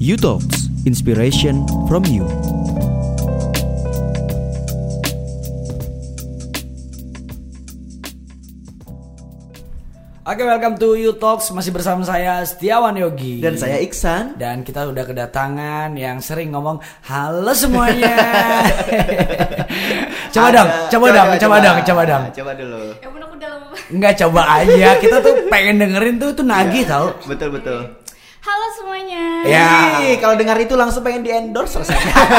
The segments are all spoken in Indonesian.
You Talks, inspiration from you. Oke, welcome to You Talks. Masih bersama saya Setiawan Yogi Dan saya Iksan. Dan kita udah kedatangan yang sering ngomong halo semuanya. Coba dong. Coba dulu. Ya pun aku udah lama. Enggak, coba aja. Kita tuh pengen dengerin tuh nagih tau. Betul. Halo semuanya. Ya. Kalau dengar itu langsung pengen di endorse selesai.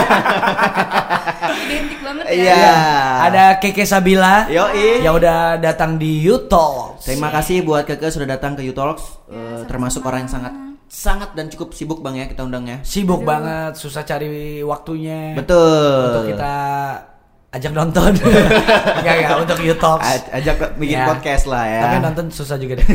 Identik banget ya. Iya. Ada Keke Sabila. Yoi. Yang udah datang di You Talks. Terima kasih buat Keke sudah datang ke You Talks. Termasuk orang yang sangat dan cukup sibuk Bang ya, kita undangnya. Sibuk banget, susah cari waktunya. Betul. Untuk kita ajak nonton. Enggak, untuk You Talks. Ajak bikin Ya. podcast lah ya. Tapi nonton susah juga deh.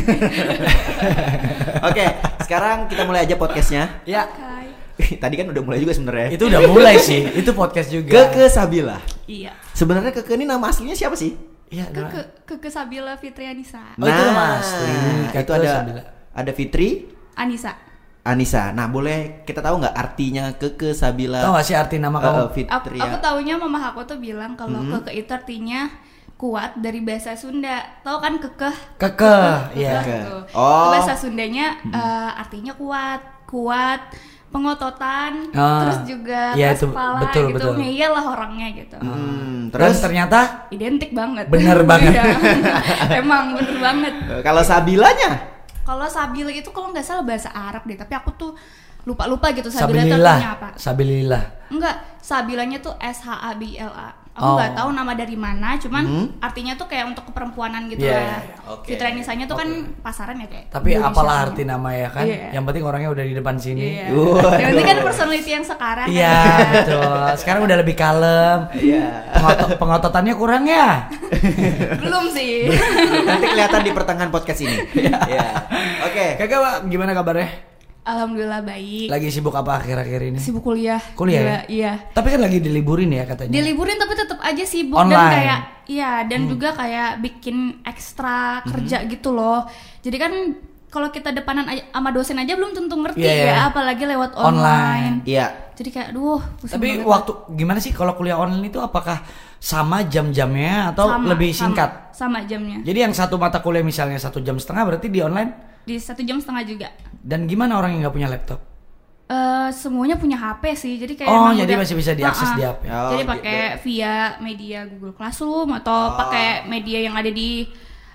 Oke, sekarang kita mulai aja podcastnya. Ya, Hai. Tadi kan udah mulai juga sebenarnya. itu udah mulai sih. Itu podcast juga. Keke Sabila. Iya. Sebenarnya Keke ini nama aslinya siapa sih? Iya, nah. Keke Sabila Fitri Anissa. Oh, itu nama asli. Itu Keke ada Sabila. ada Fitri, Anissa. Anissa. Nah, boleh kita tahu nggak artinya Keke Sabila? Tahu gak sih arti nama kamu? Fitri. Aku taunya mama aku tuh bilang kalau keke itu artinya kuat dari bahasa Sunda. Tahu kan kekeh? Kekeh, iya. Gitu. Oh. Itu bahasa Sundanya artinya kuat, pengototan, Ah. terus juga Iya, keras itu kepala betul, gitu. betul. Ngeyel lah orangnya gitu. Dan Terus ternyata Identik banget. Bener banget. Iya. Emang bener banget. kalau Sabilanya? Kalau Sabila itu kalau nggak salah bahasa Arab deh, tapi aku tuh lupa gitu Sabila itu Sabilillah. artinya apa. Sabilillah. Enggak, Sabilanya tuh SHABILA. Aku Oh. nggak tahu nama dari mana, cuman artinya tuh kayak untuk keperempuanan gitu Iya, lah. iya, oke. Fitri Anisanya tuh kan pasaran ya kayak. Tapi Indonesia. apalah arti nama ya kan? Iya. Yang penting orangnya udah di depan sini. Iya. Waduh. Yang penting kan personality yang sekarang. Iya, kan. betul. Sekarang udah lebih kalem. Iya. Pengototannya kurang ya? Belum sih. Nanti kelihatan di pertengahan podcast ini. Iya. Oke. Kakak, Pak, gimana kabarnya? Alhamdulillah baik. Lagi sibuk apa akhir-akhir ini? Sibuk kuliah. Kuliah Gila, ya? Iya. Tapi kan lagi diliburin ya katanya. Diliburin tapi tetap aja sibuk Online. dan kayak dan juga kayak bikin ekstra kerja gitu loh. Jadi kan kalau kita depanan sama dosen aja belum tentu ngerti Iya, iya. ya, apalagi lewat online. Iya. Jadi kayak pusing Tapi banget. waktu gimana sih kalau kuliah online itu apakah sama jam-jamnya atau lebih singkat? Sama jamnya. Jadi yang satu mata kuliah misalnya 1,5 jam berarti di online? Di 1,5 jam juga. Dan gimana orang yang nggak punya laptop? Semuanya punya HP sih. Jadi kayak Oh, emang jadi udah- masih bisa diakses di Uh-uh. HP. Oh, Jadi gitu. pakai via media Google Classroom atau pakai media yang ada di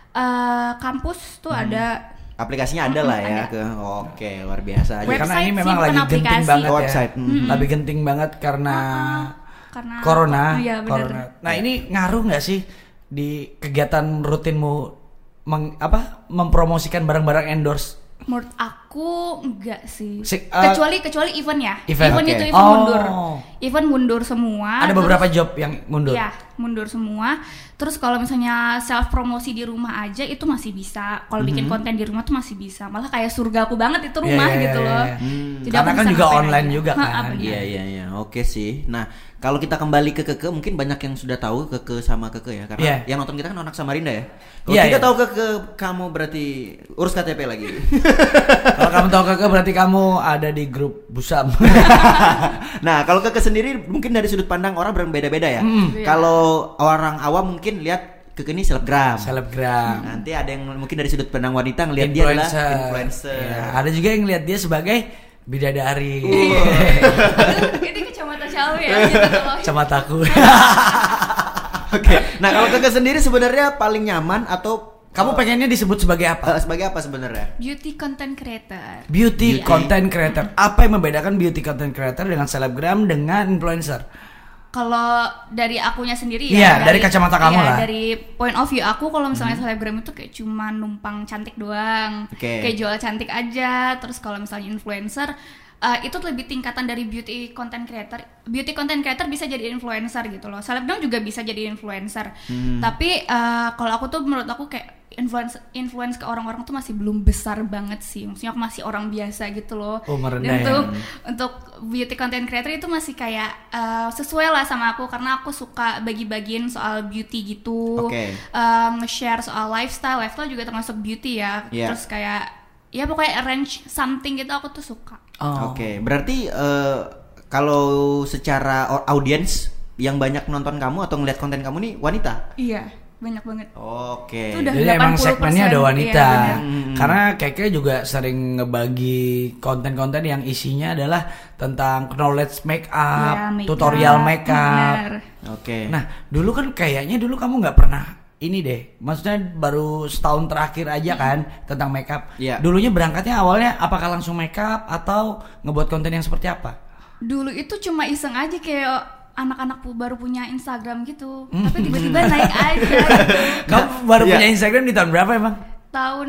kampus tuh ada. Aplikasinya ada lah ya. Oke, luar biasa aja. Website Karena ini sih, memang bukan lagi genting aplikasi. banget ya. Website. Lebih genting banget karena Karena corona. Iya, bener. Corona. Nah, ini ngaruh nggak sih di kegiatan rutinmu mempromosikan barang-barang endorse? Menurut aku enggak sih. Kecuali Kecuali event ya. Event, Event oke. itu event Oh. mundur. Event mundur semua. Ada beberapa job yang mundur. Iya, mundur semua. Terus kalau misalnya self promosi di rumah aja itu masih bisa. Kalau bikin konten di rumah tuh masih bisa. Malah kayak surga aku banget itu rumah Iya, gitu iya, loh. iya. Jadi Karena aku kan bisa juga ngapain online aja. juga kan. Benar. Iya. Oke sih. Nah, kalau kita kembali ke Keke, mungkin banyak yang sudah tahu Keke sama Keke ya, karena Iya. yang nonton kita kan anak Samarinda ya. Kalau Iya, kita iya. tahu Keke, kamu berarti urus KTP lagi. Kalau kamu tahu Kakak berarti kamu ada di grup Busam. Nah, kalau Keke sendiri mungkin dari sudut pandang orang berbeda-beda ya. Kalau orang awam mungkin lihat Keke ini selebgram. Selebgram. Nanti ada yang mungkin dari sudut pandang wanita ngelihat dia adalah influencer. Ya, ada juga yang lihat dia sebagai bidadari. Ini kacamata Shalwi ya gitu loh. Kacamataku. Oke. Nah, kalau Keke sendiri sebenarnya paling nyaman atau Kamu pengennya disebut sebagai apa? sebagai apa sebenarnya? Beauty content creator. Beauty content creator. Apa yang membedakan beauty content creator dengan selebgram dengan influencer? Kalau dari akunya sendiri Iya, dari kacamata kamu lah. Dari point of view aku, kalau misalnya selebgram itu kayak cuma numpang cantik doang, Oke. kayak jual cantik aja. Terus kalau misalnya influencer, itu lebih tingkatan dari beauty content creator. Beauty content creator bisa jadi influencer gitu loh. Selebgram juga bisa jadi influencer. Tapi kalau aku tuh menurut aku kayak influence ke orang-orang tuh masih belum besar banget sih. Maksudnya aku masih orang biasa gitu loh. Oh, merendah Dan ya. untuk beauty content creator itu masih kayak sesuai lah sama aku, karena aku suka bagi-bagiin soal beauty gitu. Oke. Nge-share soal lifestyle juga termasuk beauty ya. Iya. Terus kayak ya pokoknya arrange something gitu aku tuh suka. Oke, berarti kalau secara audiens yang banyak nonton kamu atau ngeliat konten kamu nih wanita? Iya, banyak banget. Oke. Itu udah Jadi emang 80%, segmennya ada wanita. iya, Karena Keke juga sering ngebagi konten-konten yang isinya adalah tentang knowledge make up, Iya, tutorial make up. bener. Oke. Nah, dulu kan kayaknya dulu kamu nggak pernah ini deh. Maksudnya baru setahun terakhir aja kan tentang make up. Iya. Dulunya berangkatnya awalnya apakah langsung make up atau ngebuat konten yang seperti apa? Dulu itu cuma iseng aja kayak anak-anak baru punya Instagram gitu, tapi tiba-tiba naik aja gitu. Kamu baru Iya. punya Instagram di tahun berapa emang? Tahun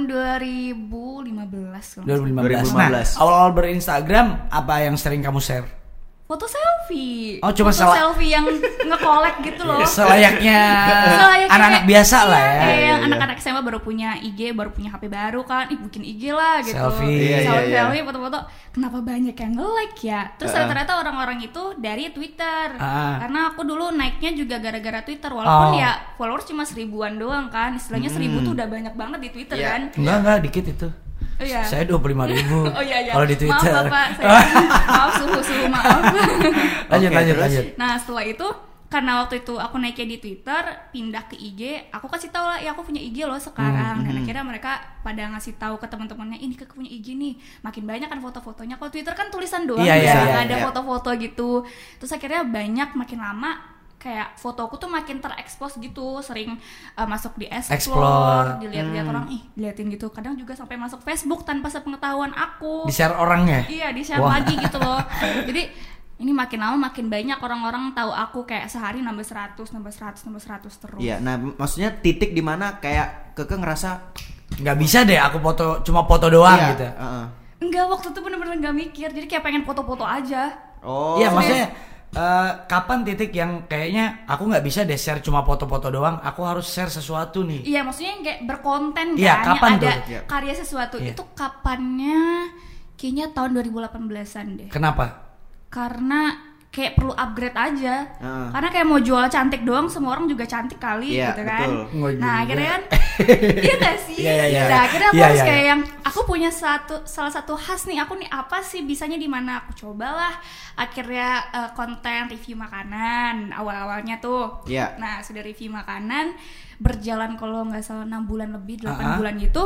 2015 kalau nggak salah. 2015. 2015. Nah, awal-awal berinstagram apa yang sering kamu share? Foto selfie. Oh, cuma foto selfie yang nge-collect gitu loh. Selayaknya Selayaknya anak-anak kayak- biasa lah iya, ya. kayak yang Iya. anak-anak SMA baru punya IG, baru punya HP baru kan. Bikin IG lah gitu. Selfie. Iya, iya. Selfie, foto-foto. Kenapa banyak yang nge-like ya? Terus ternyata orang-orang itu dari Twitter. Karena aku dulu naiknya juga gara-gara Twitter. Walaupun ya followers cuma 1000-an doang kan. Istilahnya 1000 tuh udah banyak banget di Twitter Iya. kan. Enggak dikit itu. Oh iya. Saya 25.000 Oh iya iya. kalau di Twitter. Maaf Bapak, saya maaf suhu maaf. lanjut. Terus? Nah setelah itu karena waktu itu aku naiknya di Twitter, pindah ke IG, aku kasih tahu lah, ya aku punya IG loh sekarang. Dan akhirnya mereka pada ngasih tahu ke teman-temannya, ini aku punya IG nih. Makin banyak kan foto-fotonya. Kalau Twitter kan tulisan doang, Iya, bisa iya, nggak iya, ada iya. foto-foto gitu. Terus akhirnya banyak, makin lama kayak fotoku tuh makin terekspos gitu, sering masuk di Explore. dilihat-lihat orang, diliatin gitu. Kadang juga sampai masuk Facebook tanpa sepengetahuan aku. Di-share orangnya. Iya, di-share Wah. lagi gitu loh. Jadi ini makin lama makin banyak orang-orang tahu aku, kayak sehari nambah 100 terus. Iya, nah maksudnya titik di mana kayak Keke ngerasa Nggak bisa deh aku cuma foto doang iya, gitu. Enggak, waktu itu bener-bener nggak mikir. Jadi kayak pengen foto-foto aja. Oh. Iya, maksudnya kapan titik yang kayaknya aku nggak bisa deh share cuma foto-foto doang, aku harus share sesuatu nih. Iya, maksudnya yang kayak berkonten Iya, kan, kapan yang ada tuh? Iya. karya sesuatu. Iya. Itu kapannya? Kayaknya tahun 2018-an deh. Kenapa? Karena kayak perlu upgrade aja. Heeh. Karena kayak mau jual cantik doang, semua orang juga cantik kali Iya, gitu kan. betul. Oh, juga. Nah, akhirnya kan iya gak sih? Iya, iya, iya. Nah, akhirnya aku Iya, harus iya, kayak iya. yang aku punya salah satu khas nih, aku nih apa sih bisanya di mana, aku cobalah. Akhirnya konten review makanan awal-awalnya tuh. Iya. Nah, sudah review makanan berjalan kalau nggak salah 6 bulan lebih, 8 Ah. bulan gitu.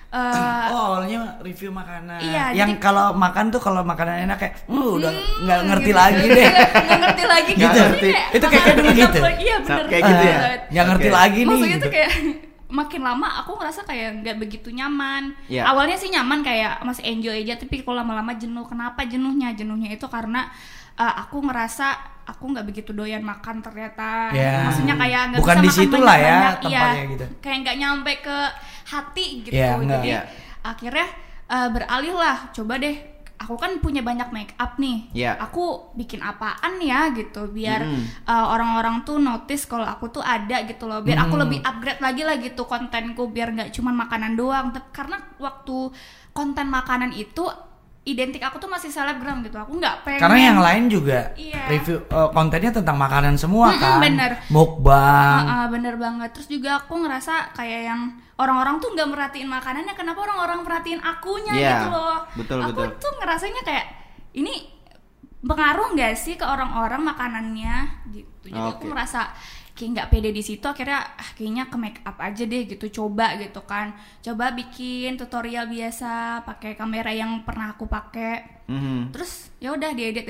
Oh, awalnya review makanan. Iya, yang jadi- kalau makan tuh kalau makanan enak kayak udah nggak ngerti lagi deh. Nggak ngerti lagi Nggak gitu. ngerti. Kayak Itu kayak makanan dulu gitu? Iya bener. Kayak gitu ya? Nggak ngerti Oke. lagi nih. Maksudnya Gitu. tuh kayak makin lama aku ngerasa kayak nggak begitu nyaman. Iya. Awalnya sih nyaman, kayak masih enjoy aja, tapi kalau lama-lama jenuh. Kenapa jenuhnya? Jenuhnya itu karena aku ngerasa aku nggak begitu doyan makan ternyata. Iya. Maksudnya kayak nggak Bukan bisa di makan situ lah ya banyak-banyak. tempatnya Iya. gitu. Kayak nggak nyampe ke hati gitu. Iya, nggak. Jadi Iya. akhirnya beralih lah, coba deh. Aku kan punya banyak make up nih. Iya. Aku bikin apaan ya gitu biar Mm. orang-orang tuh notice kalau aku tuh ada gitu loh. Biar aku lebih upgrade lagi lah gitu kontenku, biar nggak cuma makanan doang. Karena waktu konten makanan itu identik aku tuh masih selebgram gitu. Aku nggak pengen. Karena yang lain juga Iya. review kontennya tentang makanan semua kan. bener. Mukbang. Bener banget. Terus juga aku ngerasa kayak yang orang-orang tuh nggak merhatiin makanannya, kenapa orang-orang perhatiin akunya Iya, gitu loh. betul, Aku betul. tuh ngerasanya kayak ini pengaruh nggak sih ke orang-orang makanannya gitu. Jadi aku Oke. merasa kayak nggak pede di situ. Akhirnya kayaknya ke make up aja deh gitu, coba gitu kan. Coba bikin tutorial biasa pakai kamera yang pernah aku pakai. Mhm. Terus ya udah diedit,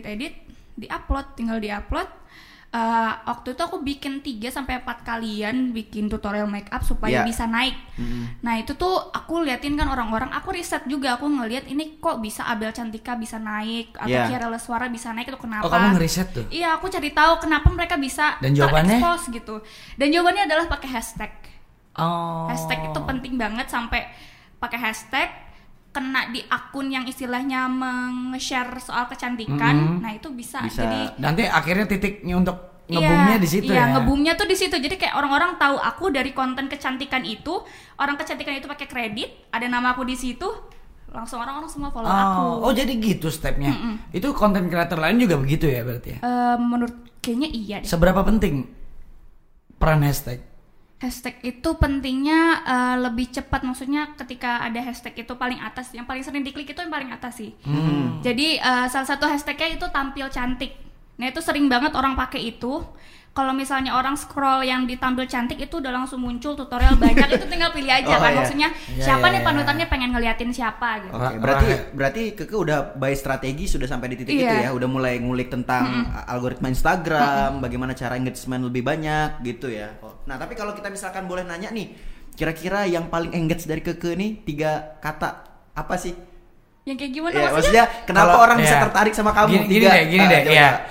diupload, tinggal diupload. Waktu itu aku bikin 3-4 kalian bikin tutorial make up supaya Iya. bisa naik. Mhm. Nah itu tuh aku liatin kan orang-orang, aku riset juga, aku ngeliat ini kok bisa Abel Cantika bisa naik atau Iya. Kiara Leswara bisa naik, itu kenapa? Oh, kamu ngeriset tuh. Iya, aku cari tahu kenapa mereka bisa Dan jawabannya? terekspos gitu. Dan jawabannya adalah pakai hashtag. Oh. Hashtag itu penting banget, sampai pakai hashtag, kena di akun yang istilahnya meng-share soal kecantikan. Nah itu bisa. Bisa. Jadi Nanti akhirnya titiknya untuk ngebumnya di situ iya, ya. ngebumnya tuh di situ. Jadi kayak orang-orang tahu aku dari konten kecantikan itu. Orang kecantikan itu pakai kredit, ada nama aku di situ, langsung orang-orang semua follow aku. Oh, jadi gitu stepnya. Itu konten kreator lain juga begitu ya berarti ya. Menurut kayaknya iya deh. Seberapa penting peran hashtag? Hashtag itu pentingnya lebih cepat, maksudnya ketika ada hashtag itu paling atas, yang paling sering diklik itu yang paling atas sih. Jadi salah satu hashtagnya itu tampil cantik. Nah itu sering banget orang pakai itu. Kalau misalnya orang scroll yang ditampil cantik itu udah langsung muncul tutorial banyak, itu tinggal pilih aja kan. Maksudnya siapa nih panutannya, pengen ngeliatin siapa gitu. Berarti Keke udah by strategi sudah sampai di titik itu ya, udah mulai ngulik tentang algoritma Instagram, bagaimana cara engagement lebih banyak gitu ya. Nah tapi kalau kita misalkan boleh nanya nih, kira-kira yang paling engage dari Keke nih 3 kata apa sih? Yang kayak gimana maksudnya? Kenapa orang bisa tertarik sama kamu? Gini deh.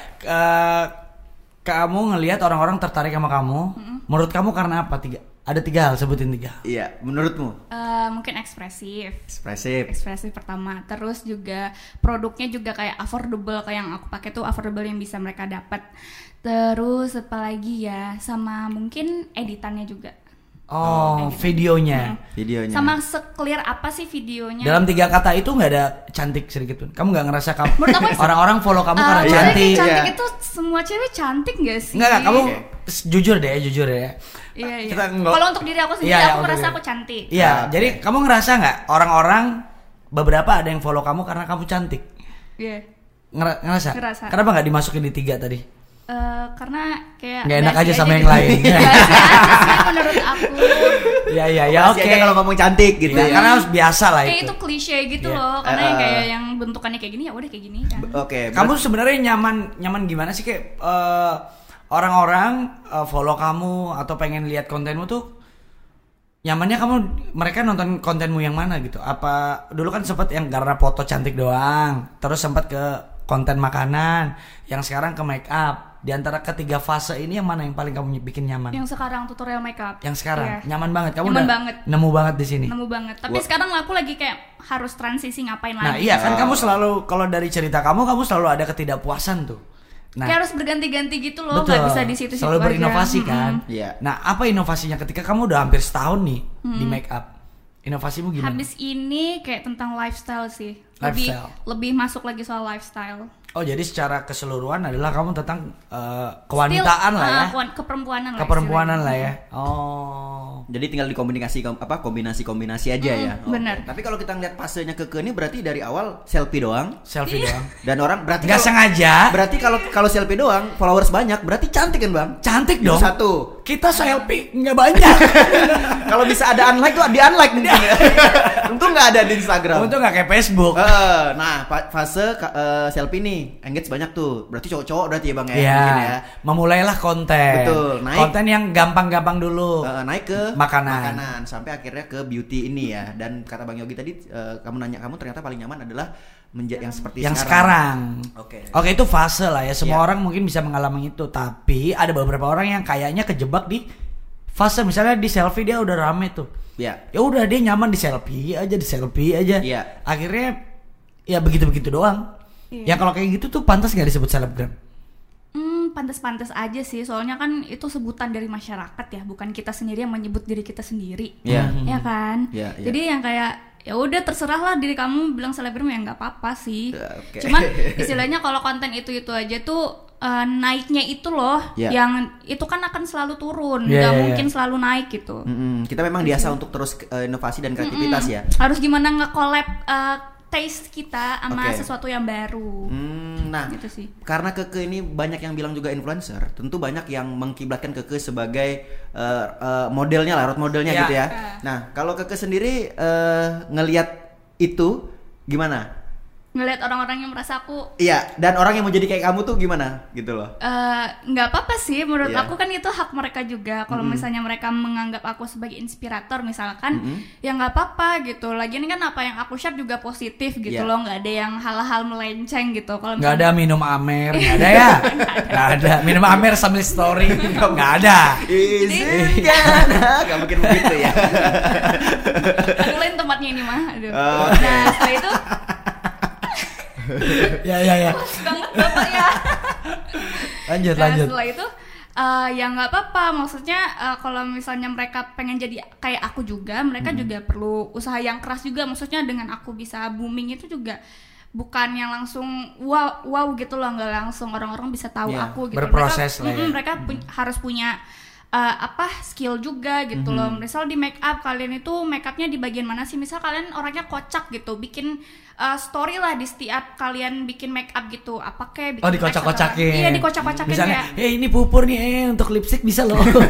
Kamu ngelihat orang-orang tertarik sama kamu, menurut kamu karena apa? Ada 3 hal, sebutin 3. Iya, menurutmu? Mungkin ekspresif pertama, terus juga produknya juga kayak affordable, kayak yang aku pakai tuh affordable yang bisa mereka dapat. Terus apalagi ya, sama mungkin editannya juga. Videonya. Sama se-clear apa sih videonya? Dalam 3 kata itu nggak ada cantik sedikit pun. Kamu nggak ngerasa kamu orang-orang follow kamu karena cantik? Cantik itu semua cewek cantik nggak sih? Nggak, kamu jujur deh. Iya. Kalau untuk diri aku sendiri, aku merasa aku cantik. Iya, jadi kamu ngerasa nggak orang-orang beberapa ada yang follow kamu karena kamu cantik? Iya. Ngerasa? Kenapa nggak dimasukin di 3 tadi? Karena kayak nggak enak aja sama yang lain. Menurut aku. Ya oke. Kalau ngomong cantik gitu. Karena harus biasa lah kayak itu klise gitu loh. Karena yang kayak yang bentukannya kayak gini, ya udah kayak gini kan. Oke. Kamu sebenarnya nyaman gimana sih kayak orang-orang follow kamu atau pengen lihat kontenmu tuh? Nyamannya mereka nonton kontenmu yang mana gitu? Apa dulu kan sempat yang karena foto cantik doang, terus sempat ke konten makanan, yang sekarang ke make up. Di antara ketiga fase ini yang mana yang paling kamu bikin nyaman? Yang sekarang tutorial makeup. Yang sekarang nyaman banget. Kamu nyaman udah banget. Nemu banget di sini. Nemu banget. Tapi sekarang aku lagi kayak harus transisi ngapain lagi. Nah iya kan kamu selalu, kalau dari cerita kamu selalu ada ketidakpuasan tuh. Nah, kayak harus berganti-ganti gitu loh. Betul. Gak bisa di situ-situ selalu aja. Berinovasi kan. Nah apa inovasinya ketika kamu udah hampir setahun nih di make up? Inovasimu gimana? Habis ini kayak tentang lifestyle sih. Lebih masuk lagi soal lifestyle. Oh jadi secara keseluruhan adalah kamu tentang kewanitaan lah ya, keperempuanan lah ya. Jadi tinggal kombinasi aja ya. Benar. Tapi kalau kita ngeliat fasenya Keke ini berarti dari awal selfie doang. Dan orang berarti nggak sengaja. Berarti kalau selfie doang followers banyak, berarti cantik kan bang? Cantik dong. Satu. Kita selfie nggak banyak. Kalau bisa ada unlike tuh di unlike mungkin. Tentu nggak ada di Instagram. Untung nggak kayak Facebook. Nah fase selfie nih engage banyak tuh, berarti cowok-cowok berarti ya bang ya, mungkin ya. Memulailah konten. Betul, konten yang gampang-gampang dulu. Naik ke makanan sampai akhirnya ke beauty ini ya. Dan kata Bang Yogi tadi, kamu ternyata paling nyaman adalah yang seperti yang sekarang. Oke, itu fase lah ya. Semua orang mungkin bisa mengalami itu, tapi ada beberapa orang yang kayaknya kejebak di fase misalnya di selfie dia udah rame tuh. Ya udah dia nyaman di selfie aja. Akhirnya ya begitu-begitu doang. Ya kalau kayak gitu tuh pantas nggak disebut selebgram? Pantas-pantas aja sih, soalnya kan itu sebutan dari masyarakat ya, bukan kita sendiri yang menyebut diri kita sendiri. Ya kan? Jadi yang kayak ya udah terserah lah diri kamu bilang selebgram ya nggak apa-apa sih. Cuman istilahnya kalau konten itu aja tuh naiknya itu loh, yang itu kan akan selalu turun, nggak mungkin selalu naik gitu. Kita memang biasa untuk terus inovasi dan kreativitas ya. Harus gimana nge-collab taste kita sama sesuatu yang baru. Nah, gitu sih. Karena Keke ini banyak yang bilang juga influencer, tentu banyak yang mengkiblatkan Keke sebagai modelnya lah, role modelnya gitu ya. Nah, kalau Keke sendiri ngelihat itu gimana? Ngelihat orang-orang yang merasa aku dan orang yang mau jadi kayak kamu tuh gimana gitu loh. Nggak apa-apa sih menurut aku, kan itu hak mereka juga. Kalau misalnya mereka menganggap aku sebagai inspirator misalkan, ya nggak apa-apa gitu. Lagian kan apa yang aku share juga positif gitu loh, nggak ada yang hal-hal melenceng gitu. Kalau nggak ada minum amer, nggak ada ya. Nggak ada minum amer sambil story, nggak ada. Nggak mungkin begitu ya. Lain tempatnya ini mah. Nah setelah itu ya. Banget bapak ya. Lanjut. Setelah itu ya nggak apa-apa. Maksudnya kalau misalnya mereka pengen jadi kayak aku juga, mereka juga perlu usaha yang keras juga. Maksudnya dengan aku bisa booming itu juga bukan yang langsung wow gitu loh, nggak langsung orang-orang bisa tahu aku gitu. Berproses mereka harus punya skill juga gitu loh. Misal di make up, kalian itu make upnya di bagian mana sih? Misal kalian orangnya kocak gitu, bikin story lah di setiap kalian bikin make up gitu. Apa kayak bikin dikocak-kocakin. Iya, dikocak-kocakin. Misalnya, ini pupur nih untuk lipstick bisa loh. Itu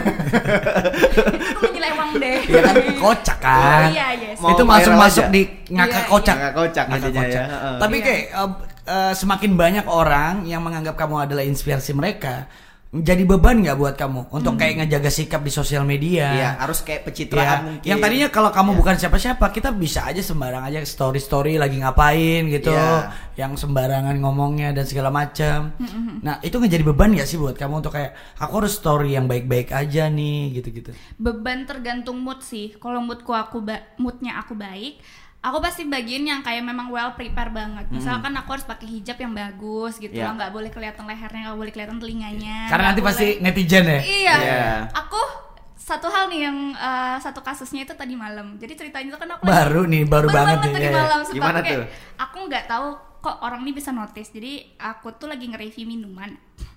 menyelewang deh. Iya kan kocak kan. Iya, yes. Itu masuk di ngakak kocak. Ngakak kocak jadinya ya. Tapi kayak semakin banyak orang yang menganggap kamu adalah inspirasi mereka, jadi beban nggak buat kamu untuk kayak ngejaga sikap di sosial media? Iya, harus kayak pencitraan mungkin. Yang tadinya kalau kamu bukan siapa-siapa, kita bisa aja sembarang aja story lagi ngapain gitu, yang sembarangan ngomongnya dan segala macam. Nah, itu nggak jadi beban nggak sih buat kamu untuk kayak aku harus story yang baik-baik aja nih gitu-gitu? Beban tergantung mood sih. Kalau moodnya aku baik, aku pasti bagian yang kayak memang well prepare banget. Misalkan aku harus pakai hijab yang bagus gitu loh, nggak boleh kelihatan lehernya, nggak boleh kelihatan telinganya. Karena nanti pasti netizen ya. Iya. Aku satu hal nih yang satu kasusnya itu tadi malam. Jadi ceritanya itu kan aku baru banget nih. Tadi malam. Gimana tuh? Aku nggak tahu kok orang ini bisa notice. Jadi aku tuh lagi nge-review minuman.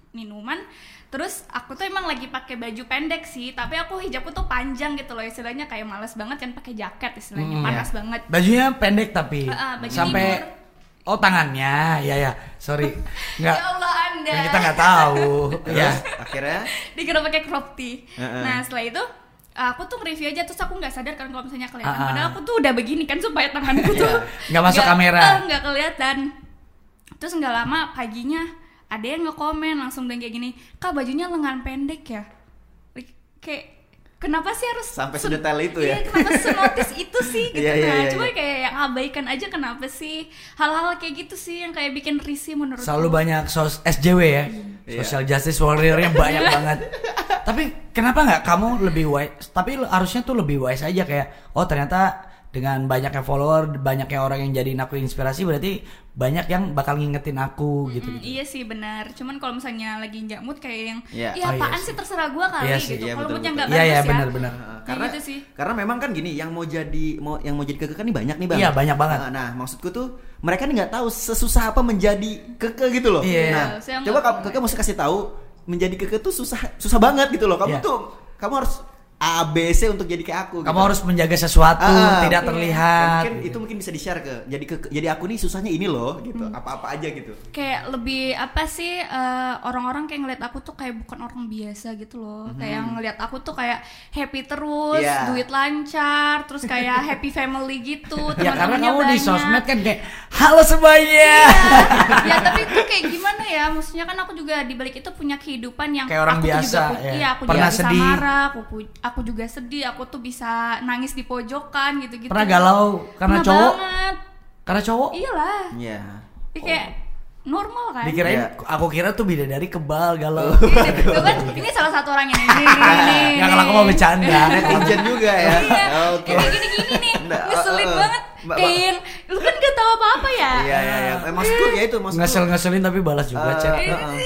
Terus aku tuh emang lagi pakai baju pendek sih, tapi aku hijabku tuh panjang gitu loh, istilahnya kayak males banget kan pakai jaket istilahnya, panas banget. Bajunya pendek tapi baju sampai tidur. Tangannya, ya, sorry, nggak. Ya Allah Anda. Kan kita nggak tahu. Ya. Akhirnya dikira pakai crop tee. Nah setelah itu aku tuh review aja, terus aku nggak sadar kan kalau misalnya kelihatan. Padahal aku tuh udah begini kan supaya tanganku tuh nggak masuk kamera. Nggak kelihatan. Terus nggak lama paginya ada yang nge-komen langsung dan kayak gini, Kak bajunya lengan pendek ya. Kayak kenapa sih harus sampai sedetail itu ya? Iya, kenapa senotis itu sih gitu. Cuma iya. kayak yang abaikan aja, kenapa sih hal-hal kayak gitu sih yang kayak bikin risih menurut Selalu banyak SJW ya, social justice warrior-nya banyak banget. Tapi kenapa nggak kamu lebih wise? Tapi harusnya tuh lebih wise aja kayak, ternyata dengan banyaknya follower, banyaknya orang yang jadiin aku inspirasi, berarti banyak yang bakal ngingetin aku gitu. Iya sih benar. Cuman kalau misalnya lagi nggak mood kayak yang apaan sih terserah gua kali gitu. Kalau moodnya nggak bagus ya. Iya benar. Karena gitu sih. Karena memang kan gini, yang mau jadi keke kan nih banyak nih Bang. Iya banyak banget. Nah maksudku tuh mereka nih nggak tahu sesusah apa menjadi keke gitu loh. Iya. Nah coba keke mesti kasih tahu menjadi keke tuh susah banget gitu loh. Kamu harus ABC untuk jadi kayak aku. Kamu harus menjaga sesuatu tidak terlihat. Itu mungkin bisa di-share jadi aku nih susahnya ini loh gitu. Apa-apa aja gitu. Kayak lebih apa sih orang-orang kayak ngeliat aku tuh kayak bukan orang biasa gitu loh. Kayak ngeliat aku tuh kayak happy terus, duit lancar, terus kayak happy family gitu. Ya karena kamu di sosmed kan kayak halo semuanya. Ya tapi itu kayak gimana ya? Maksudnya kan aku juga di balik itu punya kehidupan yang kayak orang aku biasa. Aku pernah juga sedih. bisa marah, aku juga sedih, aku tuh bisa nangis di pojokan gitu-gitu. Pernah galau karena cowok? Banget. Karena cowok? Iyalah. Iya. Kayak normal kan? Dikirain aku kira tuh bidadari kebal galau. Tuh kan ini salah satu orang ini. Nggak, kalau aku mau bercanda. Netizen juga ya. Iya. Oke. Kayak gini-gini nih. Ngeselin banget. Kayak lu kan gak tahu apa-apa ya. Iya. Maksudku ya itu maksudku. Ngeselin tapi balas juga chat.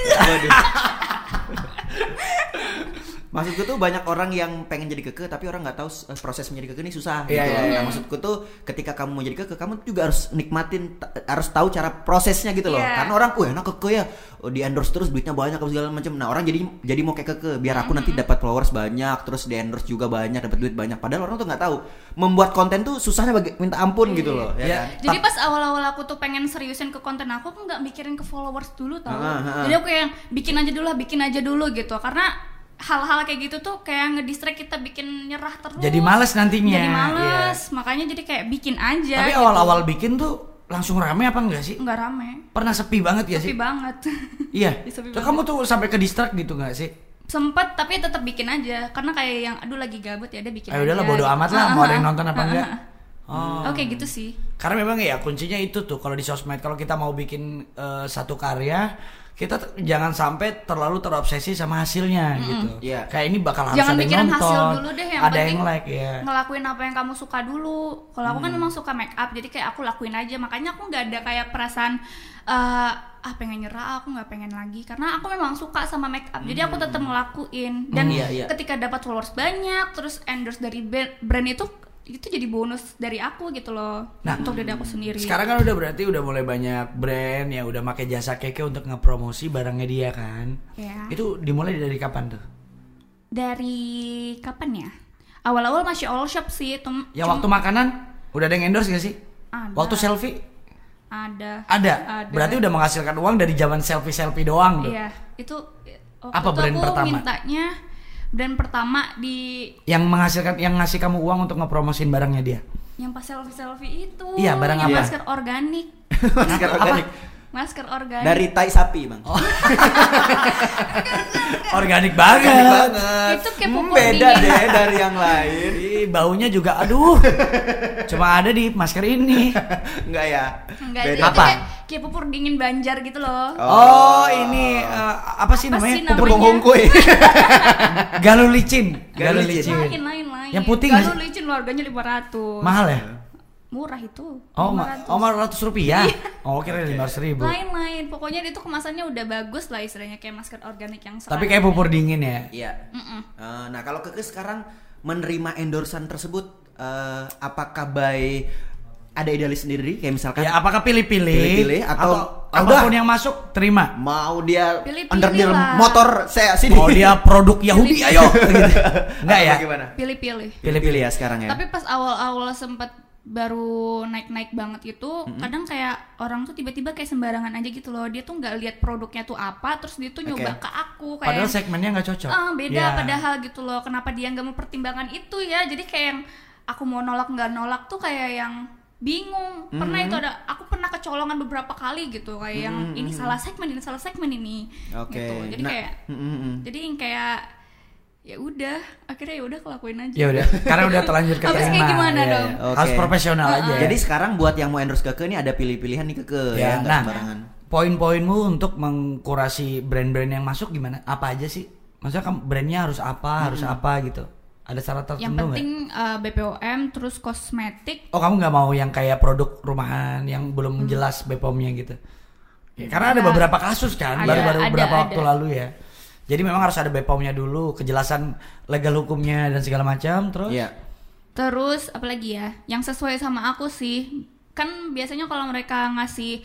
Maksudku tuh banyak orang yang pengen jadi keke tapi orang nggak tahu proses menjadi keke ini susah gitu. Nah, maksudku tuh ketika kamu mau jadi keke kamu juga harus nikmatin, harus tahu cara prosesnya gitu loh. Karena orang, enak keke ya, di endorse terus duitnya banyak segala macam. Nah orang jadi mau kayak keke biar aku nanti dapat followers banyak, terus di endorse juga banyak, dapat duit banyak. Padahal orang tuh nggak tahu membuat konten tuh susahnya minta ampun gitu loh. Ya kan? Jadi pas awal-awal aku tuh pengen seriusin ke konten aku nggak mikirin ke followers dulu tau. Jadi aku yang bikin aja dulu gitu. Karena hal-hal kayak gitu tuh kayak ngedistract kita, bikin nyerah terus. Jadi malas nantinya. Makanya jadi kayak bikin aja. Tapi awal-awal bikin tuh langsung rame apa enggak sih? Enggak rame. Pernah sepi banget ya sih? Sepi banget. Iya. Kamu tuh sampai ke distract gitu enggak sih? Sempet, tapi tetap bikin aja. Karena kayak yang aduh lagi gabut ya udah bikin aja. Udahlah bodo amat lah mau ada yang nonton apa enggak. Oke gitu sih. Karena memang ya kuncinya itu tuh kalau di sosmed, kalau kita mau bikin satu karya, kita jangan sampai terlalu terobsesi sama hasilnya gitu. Kayak ini bakal harus jangan ada yang nonton, hasil dulu deh, yang ada yang like ngelakuin apa yang kamu suka dulu. Kalau aku kan memang suka make up, jadi kayak aku lakuin aja. Makanya aku nggak ada kayak perasaan pengen nyerah, aku nggak pengen lagi. Karena aku memang suka sama make up, jadi aku tetap ngelakuin. Dan ketika dapat followers banyak, terus endorse dari brand itu jadi bonus dari aku gitu loh. Nah, untuk diri aku sendiri. Sekarang kan berarti udah mulai banyak brand yang udah pakai jasa Keke untuk ngepromosi barangnya dia kan. Itu dimulai dari kapan tuh? Dari kapan ya? Awal-awal masih all shop sih. Ya waktu makanan udah ada yang endorse gak sih? Ada. Waktu selfie? Ada. Berarti udah menghasilkan uang dari zaman selfie doang tuh. Iya, itu apa brand aku pertama? Mintanya brand pertama di yang ngasih kamu uang untuk ngepromosin barangnya dia. Yang pas selfie itu. Iya, barang yang apa? masker organik. Masker organik. Masker organik. Dari tai sapi, Bang. Organik banget. Itu kayak pupuk beda dingin. deh dari yang lain. Baunya juga aduh. Cuma ada di masker ini. Enggak ya? Enggak, Beda. itu Apa? kayak pupuk dingin Banjar gitu loh. Oh, ini apa sih Apa namanya? sih namanya? Tepung hongkui. Galuh licin. Lain. Yang putih Galuh nggak sih? licin harganya 500. Mahal ya? Murah itu. Oh, 500. Rp500. Oh, kira 500.000. Lain. Pokoknya itu kemasannya udah bagus lah istilahnya kayak masker organik yang Tapi kayak pupur dingin ya. Iya. Nah, kalau Keke sekarang menerima endorsan tersebut, apakah by ada idealis sendiri kayak misalkan Ya, apakah pilih-pilih atau apapun yang masuk terima? mau dia Pilih-pilih underdeal lah. motor saya sini. Oh, dia produk Yahudi ayo gitu. Enggak ya? Gimana? Pilih-pilih Ya sekarang ya. Tapi pas awal-awal sempat baru naik-naik banget itu, kadang kayak orang tuh tiba-tiba kayak sembarangan aja gitu loh. Dia tuh nggak lihat produknya tuh apa, terus dia tuh nyoba ke aku kayak Padahal segmennya nggak cocok. beda Ya. padahal gitu loh. Kenapa dia nggak mempertimbangkan itu ya? Jadi kayak yang aku mau nolak nggak nolak tuh kayak yang bingung. Pernah itu aku pernah kecolongan beberapa kali gitu kayak yang ini salah segmen ini. Oke. Gitu. Jadi Nah, kayak jadi yang kayak ya udah akhirnya ya udah kelakuin aja. Ya udah, karena udah terlanjur ke Habis kayak gimana dong? Oke. Harus profesional aja. Jadi sekarang buat yang mau endorse Keke ini ada pilih-pilihan nih Keke Ya, ya, nggak nah, sembarangan. poin-poinmu untuk mengkurasi brand-brand yang masuk gimana? Apa aja sih? Maksudnya kamu brandnya harus apa gitu? Ada syarat tertentu Yang nggak? penting BPOM terus kosmetik. Oh, kamu nggak mau yang kayak produk rumahan yang belum jelas BPOM-nya gitu? Ya, karena ada beberapa kasus kan, baru-baru beberapa waktu lalu ya. Jadi memang harus ada BPOM-nya dulu, kejelasan legal hukumnya dan segala macam, terus. Iya. Terus apalagi ya? Yang sesuai sama aku sih. Kan biasanya kalau mereka ngasih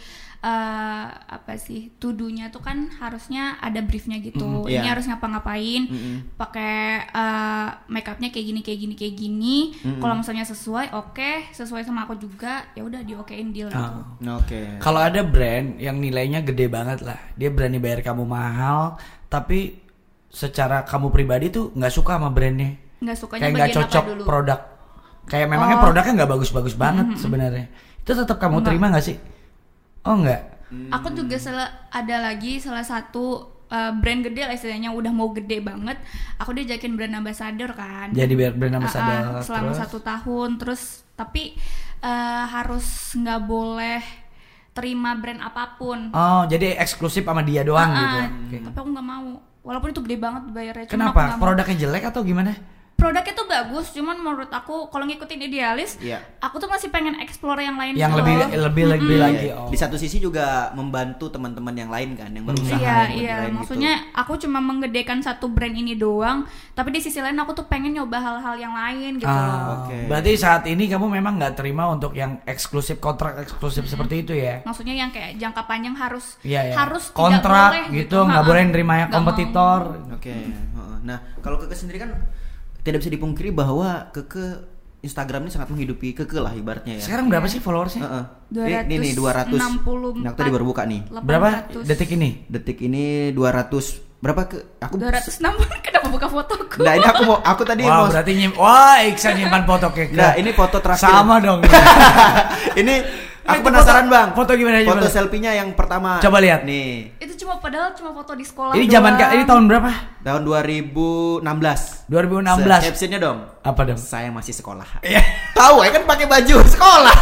tuduhnya tuh kan harusnya ada briefnya gitu. Ini harus ngapa-ngapain, pakai makeupnya kayak gini. Kalau misalnya sesuai, sesuai sama aku juga, ya udah diokein deal gitu. Oke. Kalau ada brand yang nilainya gede banget lah, dia berani bayar kamu mahal, tapi secara kamu pribadi tuh nggak suka sama brandnya, Nggak sukanya kayak nggak bagian cocok apa dulu? produk, kayak memangnya produknya nggak bagus-bagus banget sebenarnya, itu tetap kamu terima nggak sih? Oh nggak. Aku juga ada lagi salah satu brand gede lah istilahnya, udah mau gede banget. Aku diajakin brand ambassador kan. Jadi brand ambassador selama terus? 1 tahun terus, tapi harus nggak boleh terima brand apapun. Oh, jadi eksklusif sama dia doang gitu. Oke. Tapi aku nggak mau, walaupun itu gede banget bayarnya. Cuman aku Kenapa? nggak mau. Produknya jelek atau gimana? Produknya tuh bagus, cuman menurut aku kalau ngikutin idealis, aku tuh masih pengen explore yang lain. Yang gitu. lebih lagi. Iya. Oh. Di satu sisi juga membantu teman-teman yang lain kan yang berusaha. Iya. Maksudnya aku cuma menggedekan satu brand ini doang, tapi di sisi lain aku tuh pengen nyoba hal-hal yang lain gitu loh. Oke. Berarti saat ini kamu memang nggak terima untuk yang kontrak eksklusif seperti itu ya? Maksudnya yang kayak jangka panjang harus Harus tidak kontrak boleh gitu, nggak boleh nerima yang Nggak kompetitor. Oke. Nah, kalau Keke sendiri kan tidak bisa dipungkiri bahwa Keke Instagram ini sangat menghidupi Keke lah ibaratnya ya. Sekarang berapa sih followersnya? Ini nih 200. 264. Nah, tadi baru buka nih. Berapa 800. detik ini? Detik ini 200 berapa aku 260. Kenapa buka fotoku? Nah, ini aku tadi Wah, mau berarti wah Iksan nyimpan foto Keke. Nah, ini foto terakhir. Sama dong. Ini aku Itu penasaran, Bang. Foto gimana? Foto selfie-nya yang pertama. Coba lihat. Nih. Itu padahal cuma foto di sekolah. Ini doang. ini tahun berapa? Tahun 2016. 2016. Captionnya dong. Apa dong? Saya masih sekolah. Iya. Tahu ya kan pakai baju sekolah.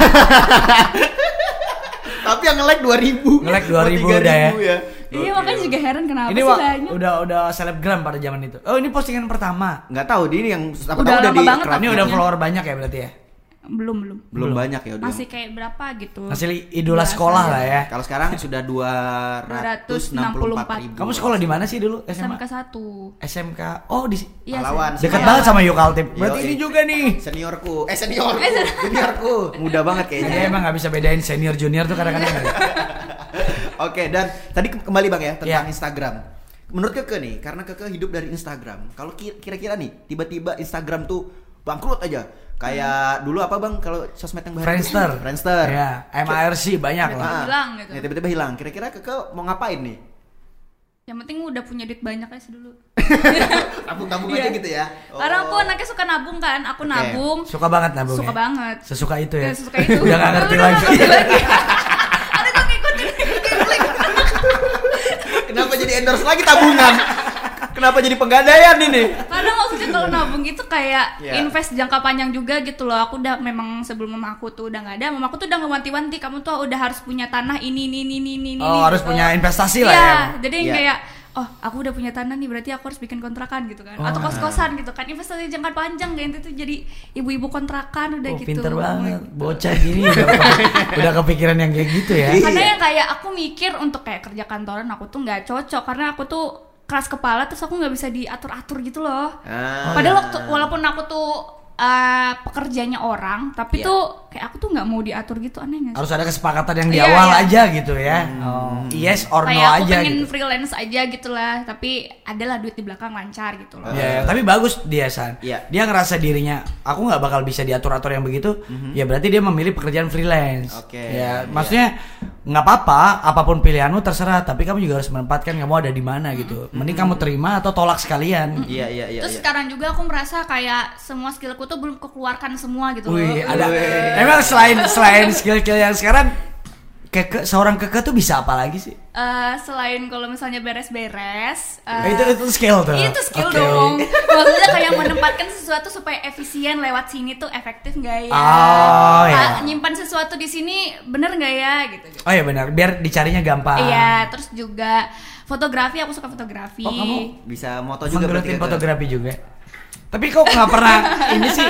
Tapi yang nge-like 2000. Nge-like 2000 udah ya. Iya, makanya juga heran kenapa Ini sih banyak. udah selebgram pada zaman itu. Oh, ini postingan pertama. Nggak tahu dia ini yang apa Udah tahu lama banget, Ini udah follower banyak ya berarti ya? Belum banyak ya udah. masih kayak berapa gitu. Masih idola Biasa sekolah aja. lah ya. Kalau sekarang sudah 264.000. Kamu sekolah di mana sih dulu? SMA? SMK 1. SMK. Oh, di Iya, Pahlawan. dekat banget sama Yukaltip. Berarti Yoi. ini juga nih. Seniorku. Juniorku. Muda banget kayaknya. Jadi emang nggak bisa bedain senior junior tuh kadang-kadang. Oke, dan tadi kembali Bang ya tentang Iya. Instagram. menurut Keke nih, karena Keke hidup dari Instagram. Kalau kira-kira nih, tiba-tiba Instagram tuh bangkrut aja. Kayak dulu apa bang kalau sosmed yang baru? Friendster. Ya, MIRC banyak lah. Hilang gitu. Ya, tiba-tiba hilang. Kira-kira Keke mau ngapain nih? Yang penting udah punya duit banyak aja dulu. Tabung-tabung aja gitu ya. Karena aku anaknya suka nabung kan, aku nabung. Suka banget nabung. Suka banget. Sesuka itu ya. Sesuka itu. Udah gak ngerti lagi. Ada kok ngikutin. Kenapa jadi endorse lagi tabungan? Kenapa jadi penggadaian ini? Kadang maksudnya kalau nabung itu kayak invest jangka panjang juga gitu loh. Aku udah memang sebelum mama aku tuh udah nggak ada, mama aku tuh udah ngewanti-wanti kamu tuh udah harus punya tanah ini. Oh harus gitu. punya investasi lah ya. ya. Jadi kayak aku udah punya tanah nih berarti aku harus bikin kontrakan gitu kan, atau kos-kosan gitu kan, investasi jangka panjang kayak itu jadi ibu-ibu kontrakan udah gitu. Pinter banget, bocah gini udah kepikiran yang kayak gitu ya. Karena yang kayak aku mikir untuk kayak kerja kantoran aku tuh nggak cocok karena aku tuh keras kepala terus aku nggak bisa diatur-atur gitu loh. Padahal walaupun aku tuh pekerjanya orang, tapi tuh kayak aku tuh nggak mau diatur gitu, aneh nggak sih? Harus ada kesepakatan yang di awal aja gitu ya. Yes or no aja. Kayak aku pengen gitu. freelance aja gitulah, tapi adalah duit di belakang lancar gitu loh. Ya, tapi bagus dia San. Dia ngerasa dirinya, aku nggak bakal bisa diatur-atur yang begitu. Ya berarti dia memilih pekerjaan freelance. Ya, maksudnya nggak apa-apa, apapun pilihanmu terserah, tapi kamu juga harus menempatkan kamu ada di mana gitu. Mending kamu terima atau tolak sekalian. Iya. Terus sekarang juga aku merasa kayak semua skillku tuh belum kekeluarkan semua gitu loh. Ada. Emang selain skill-skill yang sekarang seorang Keke tuh bisa apa lagi sih? Selain kalau misalnya beres-beres, itu skill tuh. Itu skill dong. Maksudnya kayak menempatkan sesuatu supaya efisien lewat sini tuh efektif nggak ya? Nyimpan sesuatu di sini bener nggak ya gitu. Oh iya benar, biar dicarinya gampang. Iya, terus juga fotografi, aku suka fotografi. Oh kamu bisa moto juga berarti fotografi juga. Tapi kok nggak pernah ini sih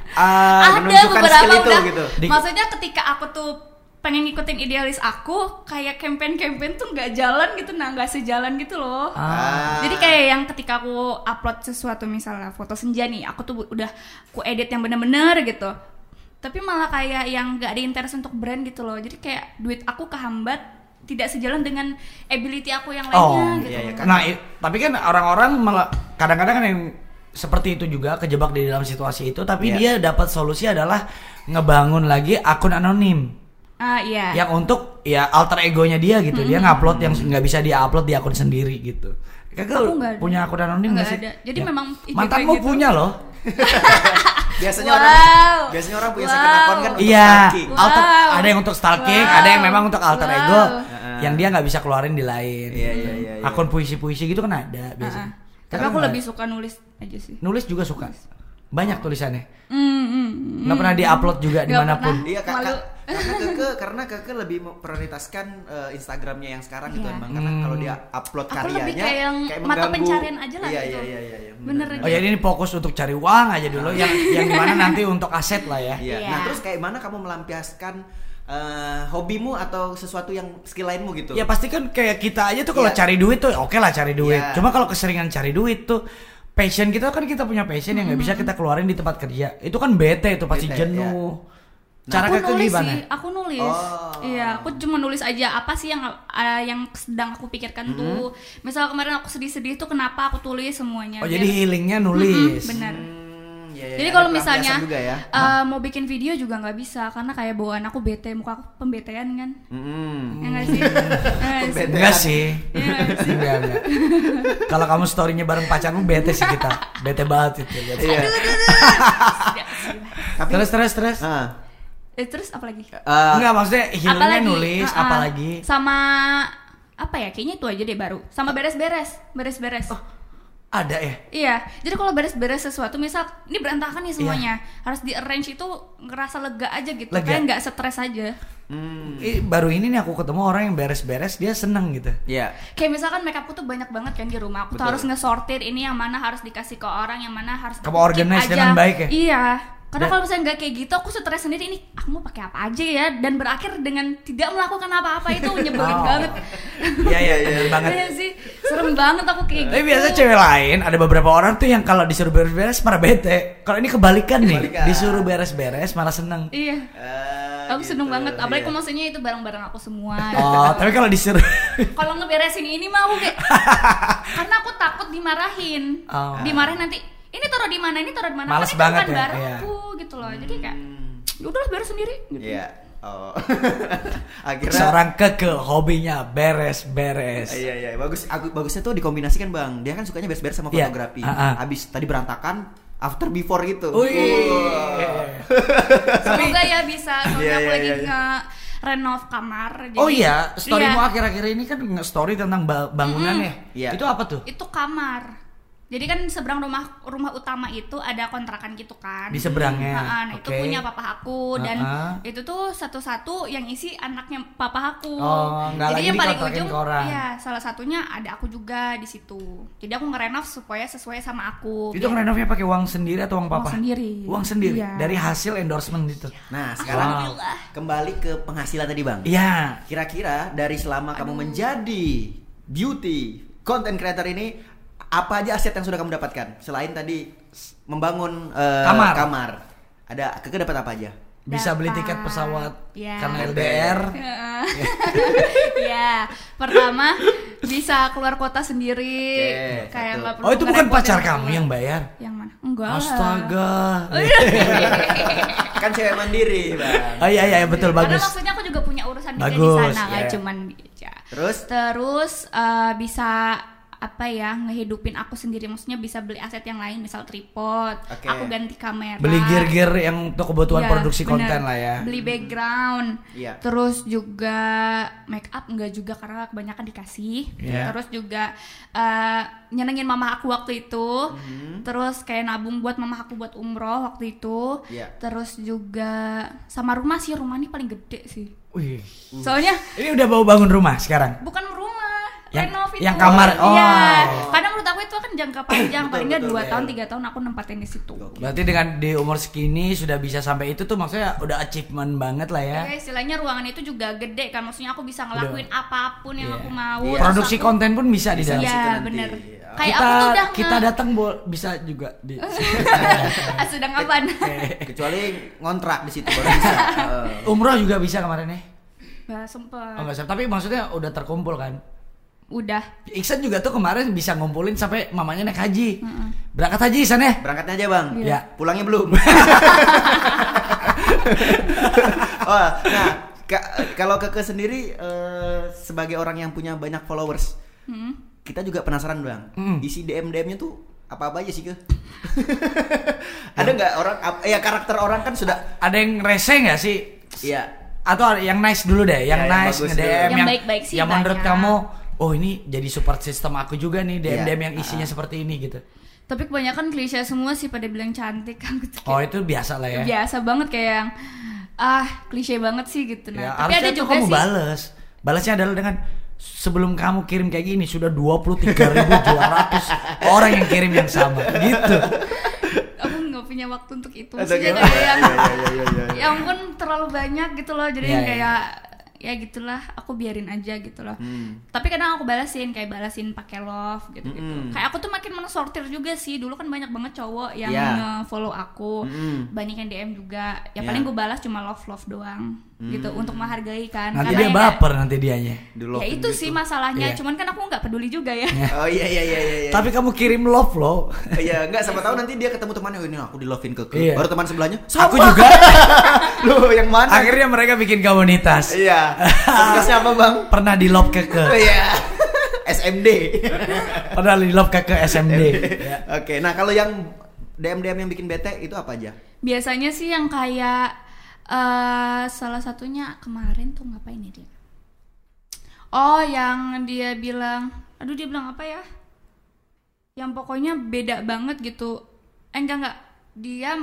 ada beberapa itu, udah gitu. Maksudnya ketika aku tuh pengen ngikutin idealis aku, kayak campaign tuh nggak jalan gitu, nggak sejalan gitu loh. Jadi kayak yang ketika aku upload sesuatu misalnya foto senja nih, aku tuh udah aku edit yang bener-bener gitu, tapi malah kayak yang nggak ada interest untuk brand gitu loh. Jadi kayak duit aku kehambat, tidak sejalan dengan ability aku yang lainnya gitu. Iya, nah tapi kan orang-orang malah kadang-kadang kan yang seperti itu juga kejebak di dalam situasi itu, tapi dia dapat solusi adalah ngebangun lagi akun anonim. Yang untuk alter egonya dia gitu. Dia ngupload yang nggak bisa dia upload di akun sendiri gitu. Kagak punya akun anonim nggak sih? Jadi memang mantanmu gitu. Punya loh. biasanya orang punya second account kan untuk stalking. Ada yang untuk stalking, ada yang memang untuk alter ego yang dia nggak bisa keluarin di lain. Iya. Akun puisi-puisi gitu kan ada biasanya. Tapi aku lebih suka nulis aja sih. Nulis juga suka. Banyak tulisannya. Nggak pernah diupload juga dimanapun. Iya karena Keke lebih memprioritaskan Instagramnya yang sekarang gitu bang. Karena kalau dia upload karyanya aku lebih kayak mengganggu. mata pencarian aja lah gitu. Iya. Bener. Oh ya ini fokus untuk cari uang aja dulu. yang dimana nanti untuk aset lah ya. Iya. Nah terus kayak mana kamu melampiaskan hobimu atau sesuatu yang skill lainmu gitu? Ya pasti kan kayak kita aja tuh kalau cari duit tuh oke lah cari duit. Cuma kalau keseringan cari duit tuh passion kita kan kita punya passion yang nggak bisa kita keluarin di tempat kerja. Itu kan bete itu pasti jenuh. Cara aku nulis gimana? Sih, aku nulis. Iya, aku cuma nulis aja apa sih yang sedang aku pikirkan tuh. Misal kemarin aku sedih-sedih tuh kenapa aku tulis semuanya. Oh jadi healingnya nulis. Benar. Ya, jadi kalau misalnya mau bikin video juga nggak bisa karena kayak bawaan aku bete, muka aku pembetean kan. Ya nggak sih? Enggak sih. Enggak. Kalau kamu storynya bareng pacarmu bete sih kita. Bete banget itu. Iya. Terus. Terus apa lagi? Enggak maksudnya healingnya nulis apalagi. Sama apa ya? Kayaknya itu aja deh baru. Sama beres-beres. Ada ya? Iya, jadi kalau beres-beres sesuatu, misal ini berantakan nih semuanya, harus di-arrange itu ngerasa lega aja gitu, kayak nggak stres aja. Baru ini nih aku ketemu orang yang beres-beres, dia seneng gitu. Iya. Kayak misalkan makeupku tuh banyak banget kan di rumah, aku tuh harus ngesortir ini yang mana harus dikasih ke orang, yang mana harus kamu organize dengan baik ya? Iya. Karena kalau misalnya nggak kayak gitu, aku stres sendiri ini aku mau pakai apa aja ya, dan berakhir dengan tidak melakukan apa-apa itu nyebelin banget. Iya banget. Iya sih, serem banget aku kayak gitu. Tapi biasa cewek lain ada beberapa orang tuh yang kalau disuruh beres-beres malah bete. Kalau ini kebalikan nih, disuruh beres-beres malah seneng. Iya. Aku seneng banget, apalagi kalau maksudnya itu barang-barang aku semua. Oh, tapi kalau disuruh kalau ngeberesin ini mah aku kayak karena aku takut dimarahin. Dimarahin nanti ini taruh di mana, ini taruh di mana. Males kan banget itu kan ya, barangku gitu loh. Jadi kayak udahlah beres sendiri gitu. Iya. Oh. Akhirnya seorang hobinya beres-beres. Iya. Bagusnya tuh dikombinasikan, Bang. Dia kan sukanya beres-beres sama fotografi. Habis tadi berantakan, after before gitu. Semoga ya bisa. Soalnya aku lagi renov kamar. Jadi, oh iya, storymu akhir-akhir ini kan story tentang bangunannya. Itu apa tuh? Itu kamar. Jadi kan seberang rumah utama itu ada kontrakan gitu kan. Di seberangnya. Nah, itu punya papa aku dan itu tuh satu-satu yang isi anaknya papa aku. Oh, jadi yang paling ujung ya salah satunya ada aku juga di situ. Jadi aku ngerenov supaya sesuai sama aku. Itu ngerenovnya pakai uang sendiri atau uang papa? Uang sendiri. Iya. Dari hasil endorsement itu. Nah, sekarang kembali ke penghasilan tadi, Bang. Iya. Kira-kira dari selama kamu menjadi beauty content creator ini, apa aja aset yang sudah kamu dapatkan selain tadi membangun kamar? Ada dapat apa aja? Bisa beli tiket pesawat karena LDR. Ya, pertama bisa keluar kota sendiri. Kayak nggak perlu. Oh, itu bukan pacar kamu yang bayar? Yang mana? Enggak. Astaga. Kan cewek mandiri, Bang. Oh iya betul, bagus. Karena maksudnya aku juga punya urusan di sana, nggak cuman dia. Terus bisa ngehidupin aku sendiri, maksudnya bisa beli aset yang lain, misal tripod, aku ganti kamera, beli gear yang untuk kebutuhan produksi konten lah ya, beli background, terus juga make up enggak juga karena kebanyakan dikasih, terus juga nyenengin mama aku waktu itu, terus kayak nabung buat mama aku buat umroh waktu itu, terus juga sama rumah ini paling gede sih. Wih. Soalnya ini udah mau bangun rumah sekarang? Bukan rumah, renov itu. Yang kamar. Iya. Karena menurut aku itu kan jangka panjang, paling enggak 2 tahun 3 tahun aku nempatin di situ. Berarti dengan di umur segini sudah bisa sampai itu tuh maksudnya udah achievement banget lah ya. Ya istilahnya ruangan itu juga gede kan, maksudnya aku bisa ngelakuin apapun yang aku mau. Produksi konten pun bisa di dalam situ nanti. Iya, bener. Kayak aku tuh udah kita datang bisa juga di sedang apaan? Kecuali ngontrak di situ baru bisa. Umroh juga bisa kemarin ya? Nggak sempet. Oh, nggak sempet. Tapi maksudnya udah terkumpul kan? Udah. Iksan juga tuh kemarin bisa ngumpulin sampai mamanya naik haji. Berangkat haji Iksan ya? Berangkatnya aja, Bang. Iya. Pulangnya belum. Kalau Keke sendiri sebagai orang yang punya banyak followers, kita juga penasaran, Bang. Isi DM-nya tuh apa aja sih, Ke? Ada nggak orang? Ya karakter orang kan sudah. Ada yang rese nggak sih? Iya. Atau yang nice dulu deh, yang nice nge-DM yang baik-baik sih. Yang menurut kamu, oh ini jadi support system aku juga nih, DM yang isinya seperti ini gitu. Tapi kebanyakan klise semua sih, pada bilang cantik kan. Oh itu biasa lah ya. Biasa banget kayak yang klise banget sih gitu. Nah, tapi ada juga kamu sih. Balasnya adalah dengan sebelum kamu kirim kayak gini sudah 23.200 orang yang kirim yang sama gitu. Aku nggak punya waktu untuk itu. Maksudnya kayak yang ya ampun terlalu banyak gitu loh. Jadi kayak ya gitulah, aku biarin aja gitu loh. Tapi kadang aku balasin pakai love gitu. Kayak aku tuh makin mensortir juga sih. Dulu kan banyak banget cowok yang follow aku, banyak yang DM juga. Ya paling gue balas cuma love doang gitu untuk menghargai kan. Nanti dia baper nanti dianya. Ya itu gitu sih masalahnya. Cuman kan aku nggak peduli juga ya. Oh iya. Tapi kamu kirim love loh. Iya nggak, sama tahu nanti dia ketemu temannya, ini aku di lovein ke. Baru teman sebelahnya. Aku juga. Loh yang mana? Akhirnya mereka bikin komunitas. Iya. Komunitasnya apa, Bang? Pernah di love ke. Iya. SMD. Pernah di love ke SMD. Oke, nah kalau yang DM yang bikin bete itu apa aja? Biasanya sih yang kayak salah satunya kemarin tuh ngapain ya dia? Oh, yang dia bilang, dia bilang apa ya? Yang pokoknya beda banget gitu. Enggak. Dia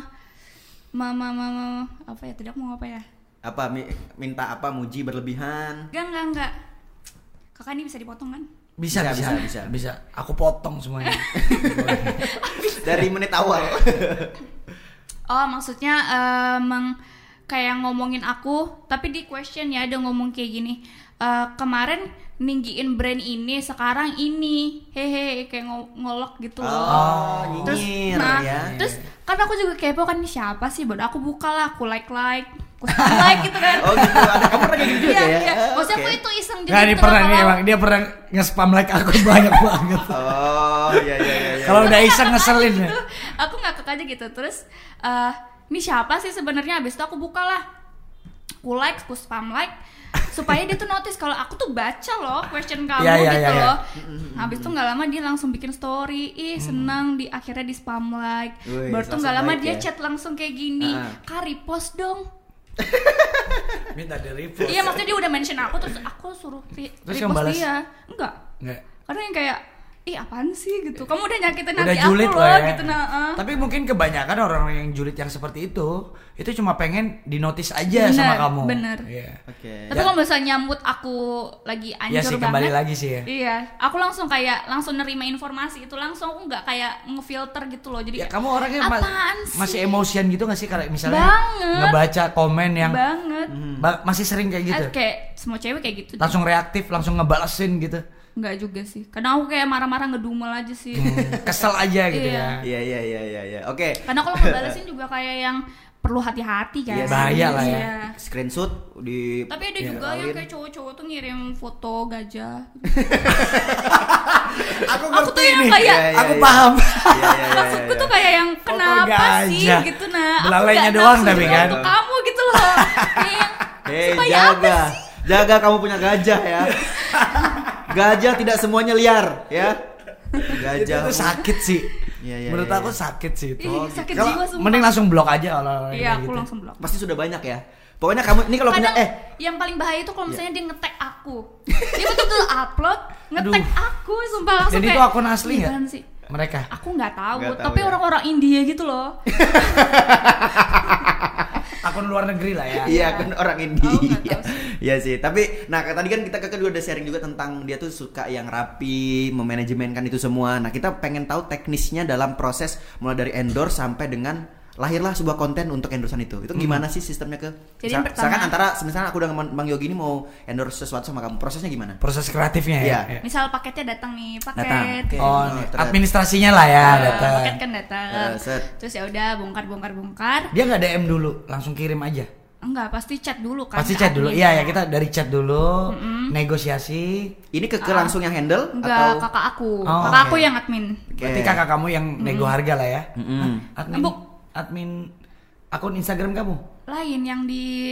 apa ya? Tadi aku mau apa ya? Apa minta apa, muji berlebihan? Enggak. Kakak ini bisa dipotong kan? Bisa. Aku potong semuanya. Dari menit awal. Oh, maksudnya kayak ngomongin aku, tapi di question ya ada ngomong kayak gini. Kemarin ninggiin brand ini, sekarang ini, hehe, kayak ngolok gitu loh. Nyinyir ya. Terus kan aku juga kepo kan, ini siapa sih? Baru aku buka lah, aku like. like gitu kan. Oh gitu, ada kamu pernah kayak gitu juga ya? Iya. Maksudnya aku itu iseng jadi. Nah, ini pernah nih emang dia pernah nge-spam like aku banyak banget. Oh iya. Kalau udah iseng ngeselin ya. Gitu. Aku ngakak aja gitu. Terus ini siapa sih sebenarnya? Habis itu aku buka lah. Aku like, aku spam like supaya dia tuh notice kalau aku tuh baca loh question kamu gitu loh. Habis itu nggak lama dia langsung bikin story, senang, akhirnya di spam like. Baru tuh nggak lama dia chat langsung kayak gini, Kak repost dong. Minta di repost. Iya maksudnya dia udah mention aku terus aku suruh repost dia. Enggak. Karena yang kayak apaan sih gitu. Kamu udah nyakitin hati aku loh ya. Gitu Tapi mungkin kebanyakan orang yang julid yang seperti itu cuma pengen dinotis aja sama kamu. Bener. Yeah. Okay. Tapi kalau misalnya nyambut aku lagi anjur sih, banget. kembali lagi sih ya. Iya, aku langsung nerima informasi itu langsung, aku nggak kayak ngefilter gitu loh. Jadi kamu orangnya masih emosian gitu nggak sih kalau misalnya banget. Ngebaca komen yang banget. Masih sering kayak gitu. Kayak semua cewek kayak gitu. Langsung reaktif, langsung ngebalesin gitu. Enggak juga sih. Karena aku kayak marah-marah ngedumel aja sih. Kesel aja gitu ya. Iya. Oke. Karena kalau ngebalesin juga kayak yang perlu hati-hati kan. Bahaya lah ya. Screenshot di. Tapi ada juga yang kayak cowok-cowok tuh ngirim foto gajah. Aku tuh yang kayak aku paham. Maksudku tuh kayak yang kenapa sih gitu belalainya doang tapi kan. Untuk kamu gitu loh. Jaga kamu punya gajah ya. Gajah tidak semuanya liar ya. Gajah itu sakit sih. Menurut aku sakit sih itu. Sakit jiwa sumpah. Mending langsung blok aja kalau iya, aku gitu. langsung blok. Pasti sudah banyak ya. Pokoknya kamu ini kalau punya yang paling bahaya itu kalau misalnya dia nge-tag aku. Dia betul-betul upload nge-tag aku sumpah langsung. Dan itu akun asli enggak? Mereka. Aku enggak tahu, tapi orang-orang India gitu loh. Akun luar negeri lah ya. Iya, akun orang India. Iya sih. Tapi tadi kan kita udah sharing juga tentang dia tuh suka yang rapi, memanajemenkan itu semua. Nah, kita pengen tahu teknisnya dalam proses mulai dari endorse sampai dengan lahirlah sebuah konten untuk endorsean itu. Itu gimana sih sistemnya Jadi misalkan misalnya aku udah Bang Yogi ini mau endorse sesuatu sama kamu, prosesnya gimana? Proses kreatifnya ya. Misal paketnya datang nih, paket. Okay. Administrasinya lah ya, datang. Paket kan datang. Terus ya udah bongkar. Dia nggak DM dulu, langsung kirim aja. Enggak, pasti chat dulu kan. Pasti chat dulu. Iya ya, kita dari chat dulu, negosiasi. Ini ke langsung yang handle enggak, atau kakak aku. Kakak aku yang admin. Berarti kakak kamu yang nego harga lah ya. Admin akun Instagram kamu? Lain yang di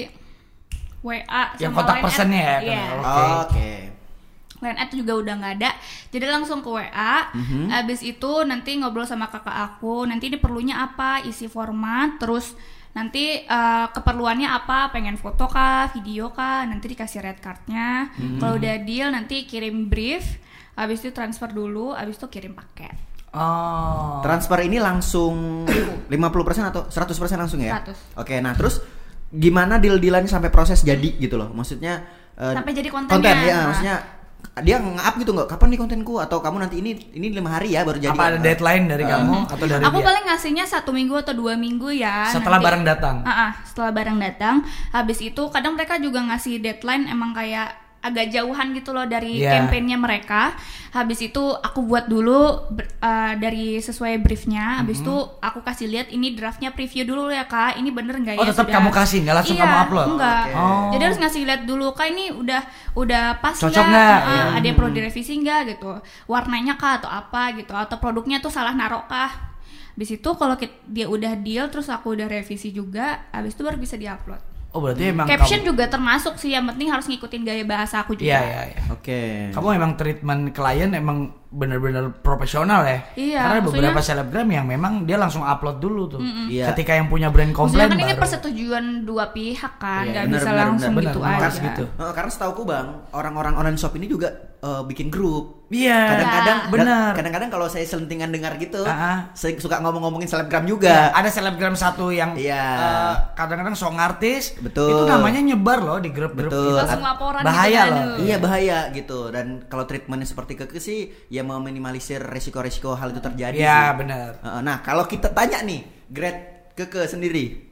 WA yang kontak personnya ya. Iya. Oke. Line itu juga udah nggak ada, jadi langsung ke WA. Abis itu nanti ngobrol sama kakak aku, nanti ini perlunya apa, isi format, terus nanti keperluannya apa, pengen foto kah, video kah, nanti dikasih red cardnya. Kalau udah deal nanti kirim brief, abis itu transfer dulu, abis itu kirim paket. Oh. Transfer ini langsung 50% atau 100% langsung ya? 100. Oke, nah terus gimana deal-dealannya sampai proses jadi gitu loh? Maksudnya sampai jadi konten ya, maksudnya dia nge-up gitu nggak? Kapan nih kontenku? Atau kamu nanti ini 5 hari ya baru jadi? Apa ada deadline dari kamu atau dari aku dia? paling ngasihnya 1 minggu atau 2 minggu ya. Setelah nanti, barang datang. Setelah barang datang. Habis itu kadang mereka juga ngasih deadline emang kayak agak jauhan gitu loh dari campaign-nya mereka. Habis itu aku buat dulu dari sesuai briefnya. Habis itu aku kasih lihat ini draftnya, preview dulu ya kak. Ini bener nggak ya? Oh tetap kamu kasih, nggak langsung kamu upload? Enggak. Okay. Jadi harus ngasih lihat dulu kak ini udah pas cocok nggak? Ada yang perlu direvisi nggak gitu? Warnanya kah atau apa gitu? Atau produknya tuh salah narok kah? Habis itu kalau dia udah deal terus aku udah revisi juga, habis itu baru bisa diupload. Oh berarti emang caption juga termasuk sih, yang penting harus ngikutin gaya bahasa aku juga. Iya. Oke. Kamu emang treatment klien emang bener-bener profesional ya. Iya. Karena beberapa selebgram yang memang dia langsung upload dulu tuh. Iya. Ketika yang punya brand komplain kan baru. ini persetujuan dua pihak kan, nggak bisa bener, langsung bener, gitu bener, aja. gitu. Karena setauku bang, orang-orang online shop ini juga bikin grup. Iya. Kadang-kadang benar. Kadang-kadang kalau saya selentingan dengar gitu, saya suka ngomong-ngomongin selebgram juga. Ya, ada selebgram satu yang kadang-kadang song artis. Betul. Itu namanya nyebar loh di grup-grup. Betul. Langsung laporan bahaya gitu, loh. Iya bahaya gitu. Dan kalau treatmentnya seperti Keke sih, ya meminimalisir resiko-resiko hal itu terjadi. Iya sih. benar. Nah kalau kita tanya nih, grade Keke sendiri,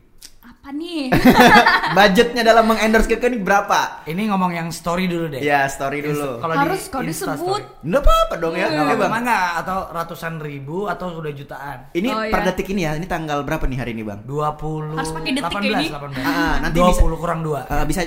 apa nih? Budgetnya dalam mengendorse Keke ini berapa? Ini ngomong yang story dulu deh. Ya, story dulu. Harus kalau disebut. Nggak apa-apa dong ya. Bang. Atau ratusan ribu atau udah jutaan. Ini per detik ini ya. Ini tanggal berapa nih hari ini, Bang? 20. Harus pakai detik 18, ini. 18. Nanti 20 kurang 2. Bisa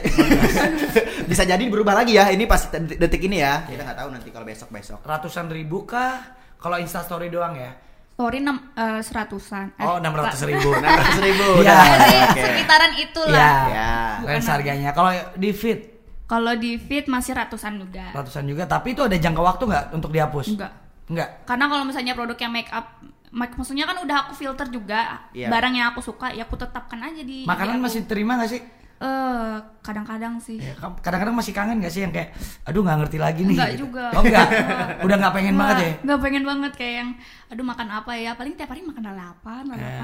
bisa jadi berubah lagi ya. Ini pas detik ini ya. Kita nggak tahu nanti kalau besok-besok. Ratusan ribu kah? Kalau Insta story doang ya? Story 100-an. 600.000. 600.000. Ya, sekitaran itulah. Ya. Range harganya. Kalau di feed? Kalau di feed masih ratusan juga. Ratusan juga. Tapi itu ada jangka waktu nggak untuk dihapus? Enggak. Karena kalau misalnya produk yang maksudnya kan udah aku filter juga. Barang yang aku suka ya aku tetapkan aja di. Makanan masih terima nggak sih? Kadang-kadang sih. Ya, kadang-kadang masih kangen gak sih yang kayak aduh nggak ngerti lagi nih. Enggak juga. Oh enggak. Udah nggak pengen banget ya. Nggak pengen banget kayak yang aduh makan apa ya, paling tiap hari makan lalapan.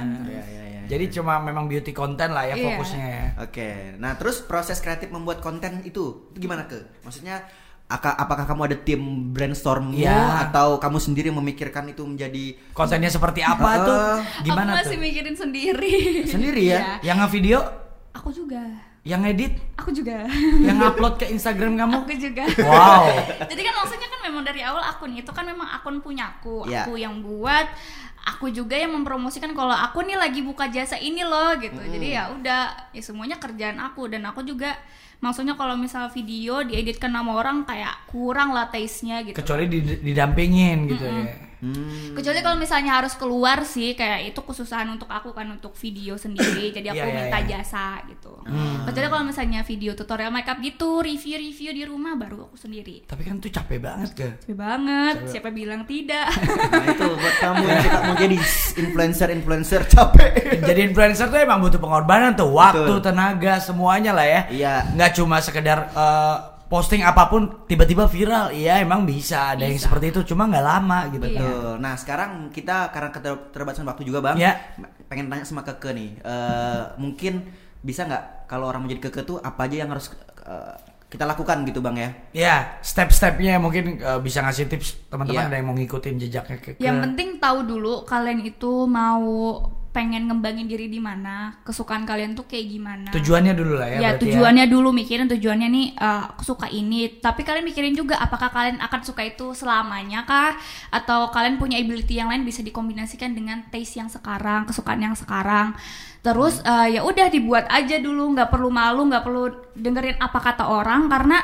Jadi cuma memang beauty content lah ya fokusnya ya. Oke. Nah, terus proses kreatif membuat konten itu gimana Maksudnya apakah kamu ada tim brainstormnya atau kamu sendiri memikirkan itu menjadi kontennya seperti apa tuh? Gimana aku masih mikirin sendiri. Sendiri ya? Yang nge-video? Aku juga. Yang edit? Aku juga. Yang upload ke Instagram kamu? Aku juga. Wow. Jadi kan maksudnya kan memang dari awal akun itu kan memang akun punyaku. Aku yang buat, aku juga yang mempromosikan kalau aku nih lagi buka jasa ini loh gitu. Jadi ya udah, ya semuanya kerjaan aku dan aku juga maksudnya kalau misal video dieditkan sama orang kayak kurang lah taste-nya gitu. Kecuali didampingin gitu ya. Kecuali kalau misalnya harus keluar sih kayak itu kesusahan untuk aku kan untuk video sendiri jadi aku minta jasa gitu. Kecuali kalau misalnya video tutorial makeup gitu review di rumah baru aku sendiri. Tapi kan tuh capek banget Capek banget. Siapa bilang tidak? Nah itu buat kamu yang kita mau jadi influencer capek. Jadi influencer tuh emang butuh pengorbanan tuh waktu, tenaga, semuanya lah ya. Iya. Nggak cuma sekedar posting apapun tiba-tiba viral, iya emang bisa ada yang seperti itu, cuma nggak lama gitu. Betul. Nah sekarang kita karena keterbatasan waktu juga bang, pengen tanya sama Keke nih, mungkin bisa nggak kalau orang mau jadi Keke tuh apa aja yang harus kita lakukan gitu bang ya? Ya step-stepnya mungkin bisa ngasih tips teman-teman ada yang mau ngikutin jejaknya Keke. Yang penting tahu dulu kalian itu mau pengen ngembangin diri di mana, kesukaan kalian tuh kayak gimana. Tujuannya dulu lah ya. Ya tujuannya dulu, mikirin tujuannya nih aku suka ini. Tapi kalian mikirin juga apakah kalian akan suka itu selamanya kah? Atau kalian punya ability yang lain bisa dikombinasikan dengan taste yang sekarang, kesukaan yang sekarang. Terus ya udah dibuat aja dulu, nggak perlu malu, nggak perlu dengerin apa kata orang karena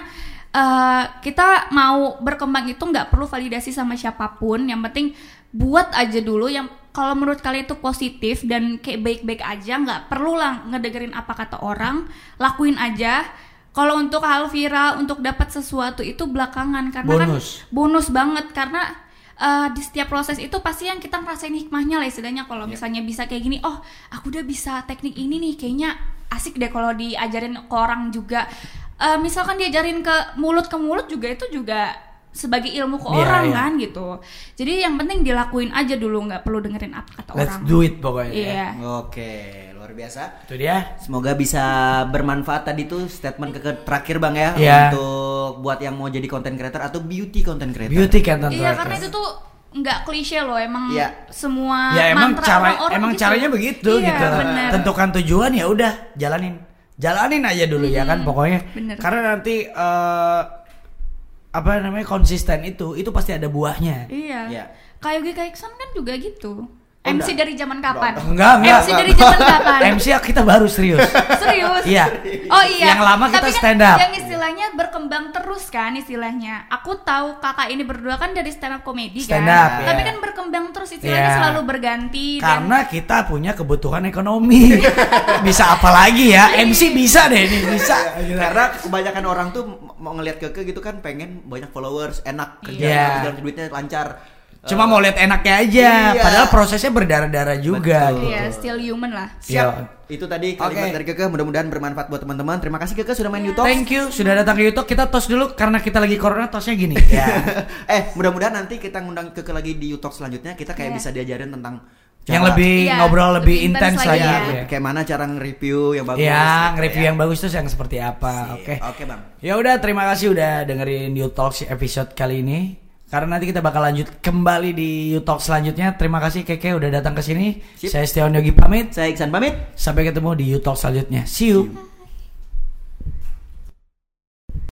kita mau berkembang itu nggak perlu validasi sama siapapun. Yang penting buat aja dulu yang kalau menurut kalian itu positif dan kayak baik-baik aja, nggak perlu lah ngedengerin apa kata orang, lakuin aja. Kalau untuk hal viral, untuk dapat sesuatu itu belakangan karena bonus banget karena di setiap proses itu pasti yang kita ngerasain hikmahnya lah istilahnya. Kalau misalnya bisa kayak gini, oh aku udah bisa teknik ini nih, kayaknya asik deh kalau diajarin ke orang juga. Misalkan diajarin ke mulut juga itu juga sebagai ilmu ke orang kan gitu. Jadi yang penting dilakuin aja dulu, nggak perlu dengerin apa kata orang. Let's do it pokoknya. Iya. Oke, luar biasa. Itu dia. Semoga bisa bermanfaat tadi tuh statement ke terakhir bang ya untuk buat yang mau jadi content creator atau beauty content creator. Beauty content creator. Iya karena itu tuh nggak klise loh emang semua. Ya emang emang caranya begitu gitu. Bener. Tentukan tujuan ya udah jalanin aja dulu ya kan pokoknya. Bener. Karena nanti konsisten itu pasti ada buahnya. Iya. Kayak Yogi Kaiksan kan juga gitu. MC dari zaman kapan? Enggak. MC dari zaman kapan? MC kita baru serius. Serius? Iya. Oh iya. Yang lama kita tapi stand up. Yang istilahnya berkembang terus kan istilahnya. Aku tahu kakak ini berdua kan dari stand up komedi kan. Stand up, tapi kan berkembang terus istilahnya selalu berganti. Karena kita punya kebutuhan ekonomi. Bisa apa lagi ya? MC bisa deh ini, bisa. Karena kebanyakan orang tuh mau ngelihat Keke gitu kan pengen banyak followers, enak kerja, jalan duitnya lancar. Cuma mau lihat enaknya aja, padahal prosesnya berdarah-darah juga. Iya, still human lah. Siap. Itu tadi kalimat dari Keke, mudah-mudahan bermanfaat buat teman-teman. Terima kasih Keke sudah main YouTube. Thank you sudah datang ke YouTube. Kita tos dulu karena kita lagi corona, tosnya gini. Mudah-mudahan nanti kita ngundang Keke lagi di YouTube selanjutnya. Kita kayak bisa diajarin tentang yang lebih ngobrol lebih intens lagi ya. Kayak mana cara nge-review yang bagus. Ya, nge-review yang bagus tuh yang seperti apa. Oke, Bang. Ya udah, terima kasih udah dengerin You Talks episode kali ini. Karena nanti kita bakal lanjut kembali di U Talk selanjutnya. Terima kasih Keke udah datang ke sini. Saya Setiawan Yogi pamit. Saya Iksan pamit. Sampai ketemu di U Talk selanjutnya. See you.